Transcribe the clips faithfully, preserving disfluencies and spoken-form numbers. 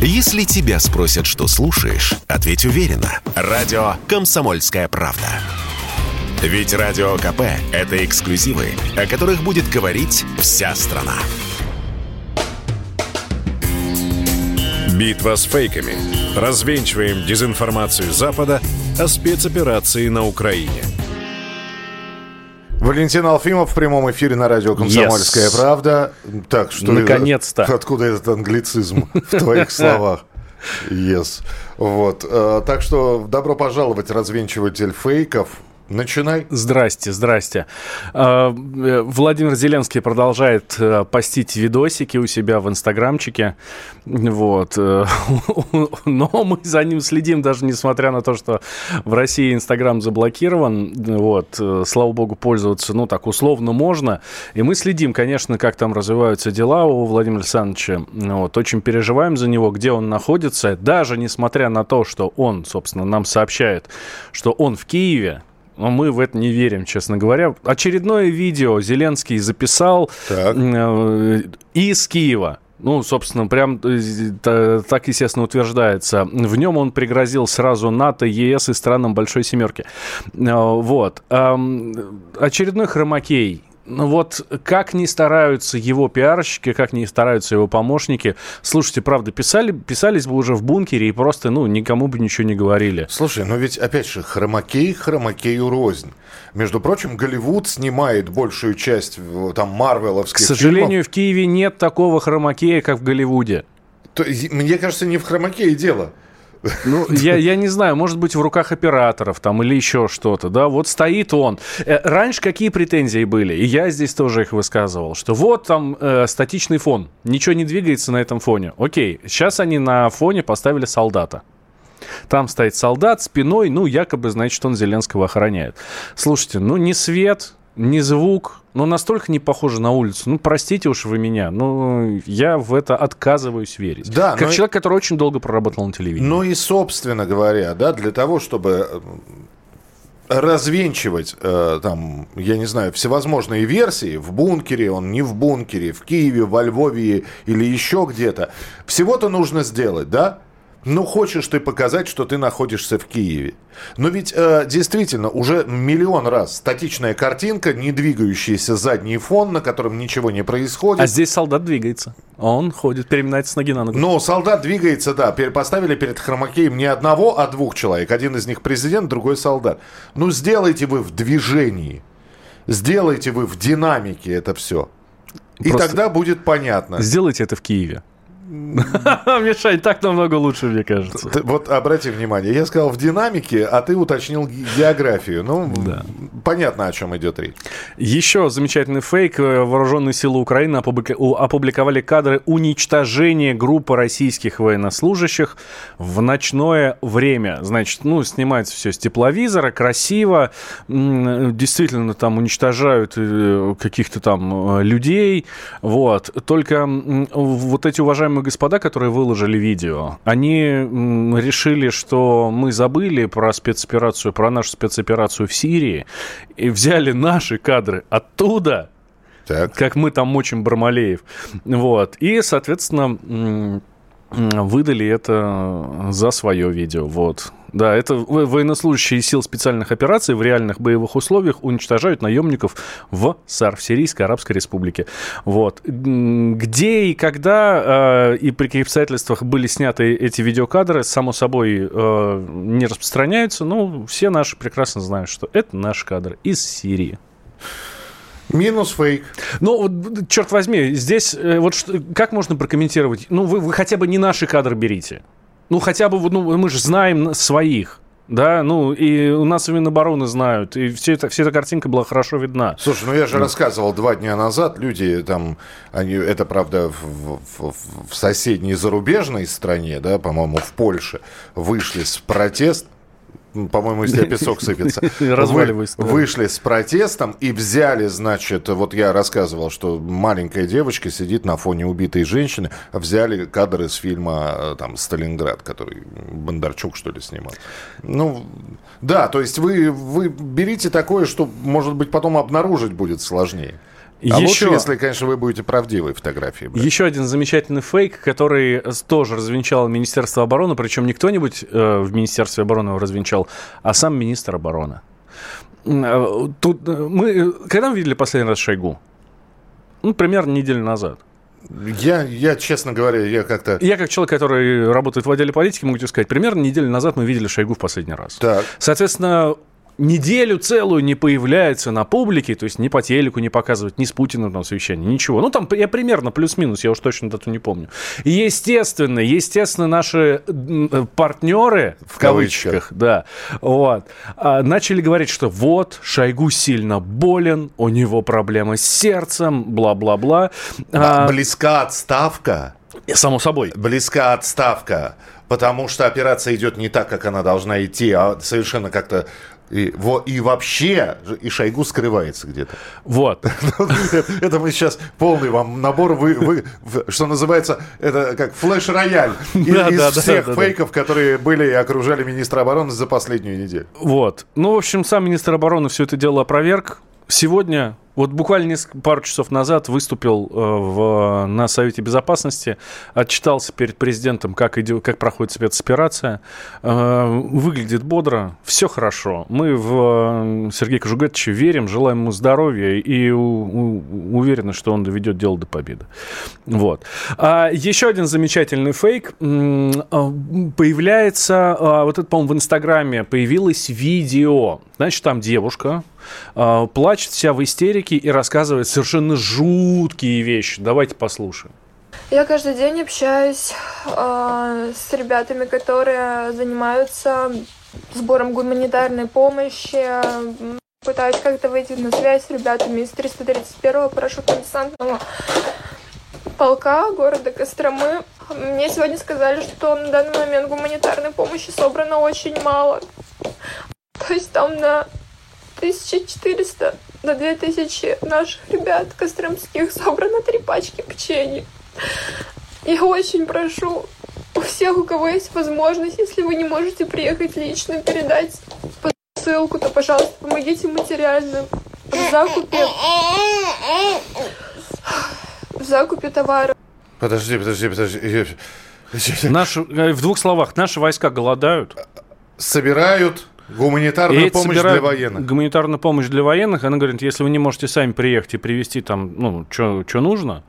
Если тебя спросят, что слушаешь, ответь уверенно. Радио «Комсомольская правда». Ведь Радио КП – это эксклюзивы, о которых будет говорить вся страна. Битва с фейками. Развенчиваем дезинформацию Запада о спецоперации на Украине. Валентин Алфимов в прямом эфире на радио «Комсомольская yes. правда». Так, что наконец-то. Это, откуда этот англицизм в твоих словах? Yes. Вот. Так что добро пожаловать, развенчиватель фейков. Начинай. Здрасте, здрасте. Владимир Зеленский продолжает постить видосики у себя в инстаграмчике. Вот. Но мы за ним следим, даже несмотря на то, что в России инстаграм заблокирован. Вот. Слава богу, пользоваться, ну, так условно можно. И мы следим, конечно, как там развиваются дела у Владимира Александровича. Вот. Очень переживаем за него, где он находится. Даже несмотря на то, что он, собственно, нам сообщает, что он в Киеве. Но мы в это не верим, честно говоря. Очередное видео Зеленский записал так. э, из Киева. Ну, собственно, прям э, так, естественно, утверждается. В нем он пригрозил сразу НАТО, ЕС и странам Большой Семерки. Э, вот. Э, очередной хромакей. Ну вот как ни стараются его пиарщики, как ни стараются его помощники. Слушайте, правда, писали, писались бы уже в бункере и просто, ну, никому бы ничего не говорили. Слушай, ну ведь, опять же, хромакей хромакею рознь. Между прочим, Голливуд снимает большую часть там марвеловских фильмов. К сожалению, фильмов. В Киеве нет такого хромакея, как в Голливуде. То, мне кажется, не в хромакее дело. Ну, я, я не знаю, может быть, в руках операторов там или еще что-то, да, вот стоит он. Раньше какие претензии были, и я здесь тоже их высказывал, что вот там э, статичный фон, ничего не двигается на этом фоне. Окей, сейчас они на фоне поставили солдата. Там стоит солдат спиной, ну, якобы, значит, он Зеленского охраняет. Слушайте, ну, ни свет, ни звук, ну, настолько не похоже на улицу. Ну, простите уж вы меня, но я в это отказываюсь верить. Да, как человек, и... который очень долго проработал на телевидении. Ну и, собственно говоря, да, для того, чтобы развенчивать, э, там, я не знаю, всевозможные версии, в бункере он, не в бункере, в Киеве, во Львове или еще где-то, всего-то нужно сделать, да? Ну, хочешь ты показать, что ты находишься в Киеве. Но ведь э, действительно уже миллион раз статичная картинка, не двигающийся задний фон, на котором ничего не происходит. А здесь солдат двигается. Он ходит, переминается с ноги на ногу. Ну, солдат двигается, да. Поставили перед хромакеем не одного, а двух человек. Один из них президент, другой солдат. Ну, сделайте вы в движении. Сделайте вы в динамике это все. И просто тогда будет понятно. Сделайте это в Киеве. Мишань, так намного лучше, мне кажется. Ты, вот обрати внимание, я сказал в динамике, а ты уточнил географию. Ну, да. Понятно, о чем идет речь. Еще замечательный фейк. Вооруженные силы Украины опубликовали кадры уничтожения группы российских военнослужащих в ночное время. Значит, ну, снимается все с тепловизора, красиво. Действительно, там уничтожают каких-то там людей. Вот. Только вот эти уважаемые господа, которые выложили видео, они м, решили, что мы забыли про спецоперацию, про нашу спецоперацию в Сирии, и взяли наши кадры оттуда, так. Как мы там мочим Бармалеев. Вот. И, соответственно, м, выдали это за свое видео. Вот. Да, это военнослужащие сил специальных операций в реальных боевых условиях уничтожают наемников в САР, в Сирийской Арабской Республике. Вот. Где и когда э, и при каких обстоятельствах были сняты эти видеокадры, само собой, э, не распространяются, но все наши прекрасно знают, что это наши кадры из Сирии. Минус фейк. Ну, вот, черт возьми, здесь э, вот что, как можно прокомментировать? Ну, вы, вы хотя бы не наши кадры берите. Ну, хотя бы, ну, мы же знаем своих, да, ну, и у нас и Минобороны знают, и все это, вся эта картинка была хорошо видна. Слушай, ну, я же рассказывал два дня назад, люди там, они, это, правда, в, в, в соседней зарубежной стране, да, по-моему, в Польше, вышли с протестом. По-моему, из тебя песок сыпется. Разваливайся. Вы, вышли с протестом и взяли, значит, вот я рассказывал, что маленькая девочка сидит на фоне убитой женщины, взяли кадры с фильма там «Сталинград», который Бондарчук, что ли, снимал. Ну, да, то есть вы, вы берите такое, что, может быть, потом обнаружить будет сложнее. А Еще... лучше, если, конечно, вы будете правдивой фотографии брать. Еще один замечательный фейк, который тоже развенчало Министерство обороны, причем не кто-нибудь э, в Министерстве обороны его развенчал, а сам министр обороны. Тут мы... Когда мы видели последний раз Шойгу? Ну, примерно неделю назад. Я, я, честно говоря, я как-то... Я, как человек, который работает в отделе политики, могу тебе сказать, примерно неделю назад мы видели Шойгу в последний раз. Так. Соответственно, неделю целую не появляется на публике, то есть ни по телеку не показывают, ни с Путиным там совещание, ничего. Ну, там я примерно плюс-минус, я уж точно дату не помню. Естественно, естественно, наши партнеры, в, в кавычках, кавычках, да, вот, начали говорить, что вот, Шойгу сильно болен, у него проблемы с сердцем, бла-бла-бла. Близка отставка. Само собой. Близка отставка, потому что операция идет не так, как она должна идти, а совершенно как-то... И, во, и вообще, и Шойгу скрывается где-то. Вот. Это мы сейчас полный вам набор, вы, вы, что называется, это как флеш-рояль из всех фейков, которые были и окружали министра обороны за последнюю неделю. Вот. Ну, в общем, сам министр обороны все это дело опроверг. Сегодня... Вот буквально несколько, пару часов назад выступил э, в, на Совете Безопасности, отчитался перед президентом, как, идет, как проходит спецоперация. Э, выглядит бодро, все хорошо. Мы в э, Сергея Кожугетовича верим, желаем ему здоровья и у, у, уверены, что он доведет дело до победы. Вот. А еще один замечательный фейк. Появляется, э, вот это, по-моему, в Инстаграме появилось видео. Значит, там девушка э, плачет вся в истерике и рассказывает совершенно жуткие вещи. Давайте послушаем. Я каждый день общаюсь э, с ребятами, которые занимаются сбором гуманитарной помощи, пытаюсь как-то выйти на связь с ребятами из триста тридцать первого парашютно-десантного полка города Костромы. Мне сегодня сказали, что на данный момент гуманитарной помощи собрано очень мало. То есть там на тысяча четыреста до две тысячи наших ребят костромских собрано три пачки печенья. Я очень прошу у всех, у кого есть возможность, если вы не можете приехать лично, передать посылку, то, пожалуйста, помогите материально в закупе, в закупе товара. Подожди, подожди, подожди. Наши, в двух словах, наши войска голодают. Собирают... Гуманитарную и помощь для военных. Гуманитарную помощь для военных. Она говорит, если вы не можете сами приехать и привезти там, ну, что нужно,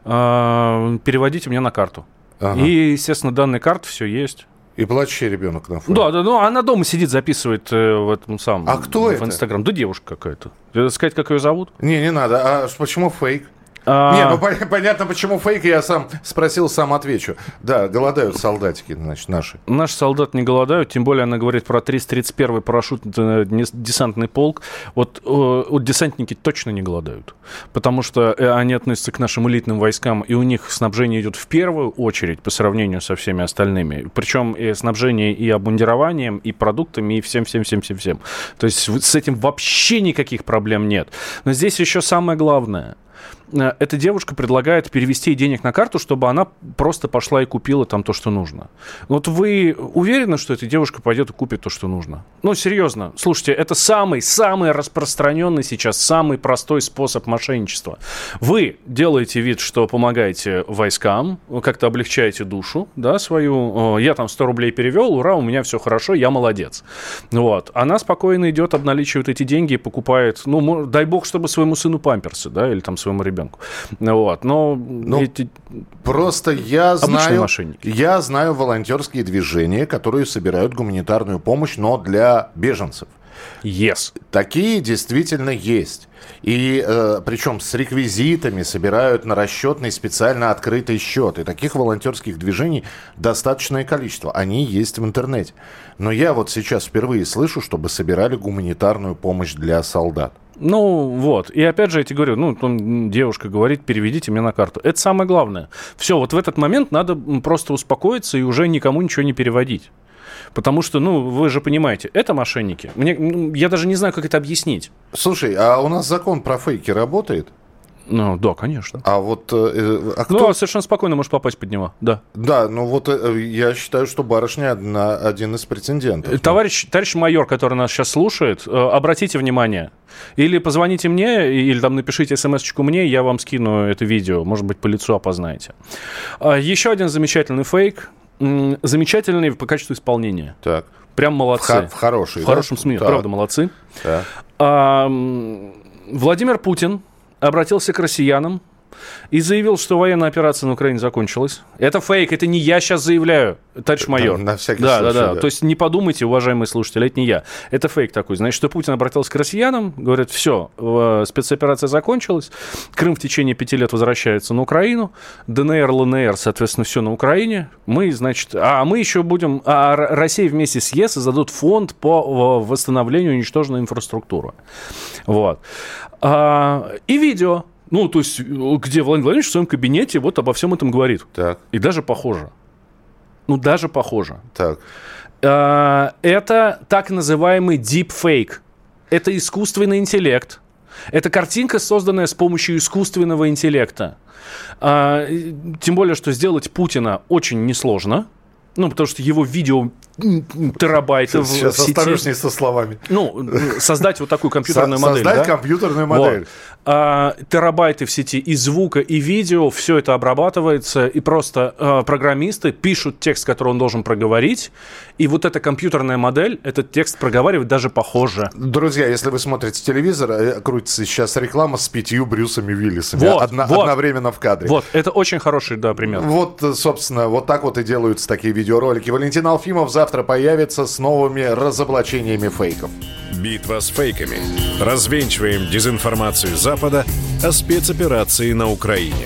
э, переводите мне на карту. Ага. И, естественно, данные карты все есть. И плачущий ребенок на фоне. Да, да, ну она дома сидит, записывает э, в этом самом. А кто в это? В Инстаграм. Да девушка какая-то. Сказать, как ее зовут? Не, не надо. А почему фейк? А... Не, ну понятно, почему фейк, я сам спросил, сам отвечу. Да, голодают солдатики, значит, наши. Наши солдаты не голодают, тем более она говорит про триста тридцать первый парашютно-десантный полк. Вот, вот десантники точно не голодают, потому что они относятся к нашим элитным войскам, и у них снабжение идет в первую очередь по сравнению со всеми остальными. Причем и снабжение и обмундированием, и продуктами, и всем-всем-всем-всем-всем. То есть с этим вообще никаких проблем нет. Но здесь еще самое главное – эта девушка предлагает перевести денег на карту, чтобы она просто пошла и купила там то, что нужно. Вот вы уверены, что эта девушка пойдет и купит то, что нужно? Ну, серьезно. Слушайте, это самый-самый распространенный сейчас, самый простой способ мошенничества. Вы делаете вид, что помогаете войскам, как-то облегчаете душу, да, свою. Я там сто рублей перевел, ура, у меня все хорошо, я молодец. Вот. Она спокойно идет, обналичивает эти деньги и покупает, ну, дай бог, чтобы своему сыну памперсы, да, или там своему ребенку. Вот, но ну, эти... просто я знаю, я знаю волонтерские движения, которые собирают гуманитарную помощь, но для беженцев. Yes. Такие действительно есть. И э, причем с реквизитами собирают на расчетный специально открытый счет. И таких волонтерских движений достаточное количество. Они есть в интернете. Но я вот сейчас впервые слышу, чтобы собирали гуманитарную помощь для солдат. Ну, вот. И опять же, я тебе говорю, ну, там девушка говорит, переведите мне на карту. Это самое главное. Все, вот в этот момент надо просто успокоиться и уже никому ничего не переводить. Потому что, ну, вы же понимаете, это мошенники. Мне, я даже не знаю, как это объяснить. Слушай, а у нас закон про фейки работает? Ну, да, конечно. А вот... Э, а кто... Ну, совершенно спокойно можешь попасть под него, да. Да, ну вот э, я считаю, что барышня одна, один из претендентов. Товарищ, товарищ майор, который нас сейчас слушает, э, обратите внимание. Или позвоните мне, или там напишите смс-очку мне, я вам скину это видео. Может быть, по лицу опознаете. А, еще один замечательный фейк. М- замечательный по качеству исполнения. Так. Прям молодцы. В, х- в хорошей, В да? хорошем смысле, правда, молодцы. Так. А, Владимир Путин обратился к россиянам и заявил, что военная операция на Украине закончилась. Это фейк, это не я сейчас заявляю, товарищ майор. На всякий да, случай, да, да, да. То есть не подумайте, уважаемые слушатели, это не я. Это фейк такой. Значит, что Путин обратился к россиянам, говорит, все, спецоперация закончилась, Крым в течение пяти лет возвращается на Украину, ДНР, ЛНР, соответственно, все на Украине. Мы, значит, а мы еще будем, а Россия вместе с ЕС создадут фонд по восстановлению уничтоженной инфраструктуры. Вот. А, и видео. Ну, то есть, где Владимир Владимирович в своем кабинете вот обо всем этом говорит. Так. И даже похоже. Ну, даже похоже. Так. Это так называемый deepfake. Это искусственный интеллект. Это картинка, созданная с помощью искусственного интеллекта. Тем более, что сделать Путина очень несложно. Ну, потому что его видео терабайты Сейчас в сети. осторожней со словами. Ну, создать вот такую компьютерную Со- модель. Создать да? компьютерную модель. Вот. А, терабайты в сети и звука, и видео, все это обрабатывается, и просто а, программисты пишут текст, который он должен проговорить, и вот эта компьютерная модель этот текст проговаривает даже похоже. Друзья, если вы смотрите телевизор, крутится сейчас реклама с пятью Брюсами Уиллисами Вот, одно- вот. одновременно в кадре. Вот, это очень хороший, да, пример. Вот, собственно, вот так вот и делаются такие видеоролики. Валентин Алфимов завтра появится с новыми разоблачениями фейков. Битва с фейками. Развенчиваем дезинформацию Запада о спецоперации на Украине.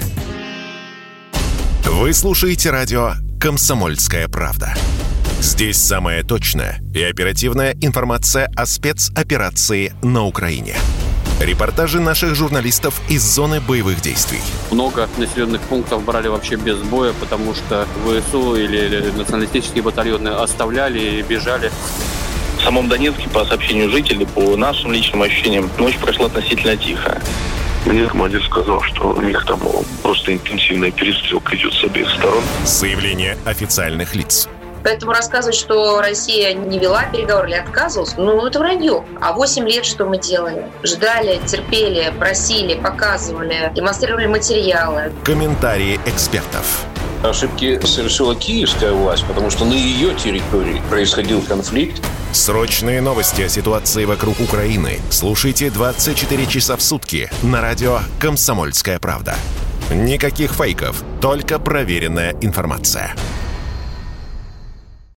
Вы слушаете радио «Комсомольская правда». Здесь самая точная и оперативная информация о спецоперации на Украине. Репортажи наших журналистов из зоны боевых действий. Много населенных пунктов брали вообще без боя, потому что ВСУ или, или националистические батальоны оставляли и бежали. В самом Донецке, по сообщению жителей, по нашим личным ощущениям, ночь прошла относительно тихо. Мне командир сказал, что у них там просто интенсивная перестрелка идет с обеих сторон. Заявление официальных лиц. Поэтому рассказывать, что Россия не вела переговоры или отказывалась, ну, это вранье. А восемь лет что мы делали? Ждали, терпели, просили, показывали, демонстрировали материалы. Комментарии экспертов. Ошибки совершила киевская власть, потому что на ее территории происходил конфликт. Срочные новости о ситуации вокруг Украины слушайте двадцать четыре часа в сутки на радио «Комсомольская правда». Никаких фейков, только проверенная информация.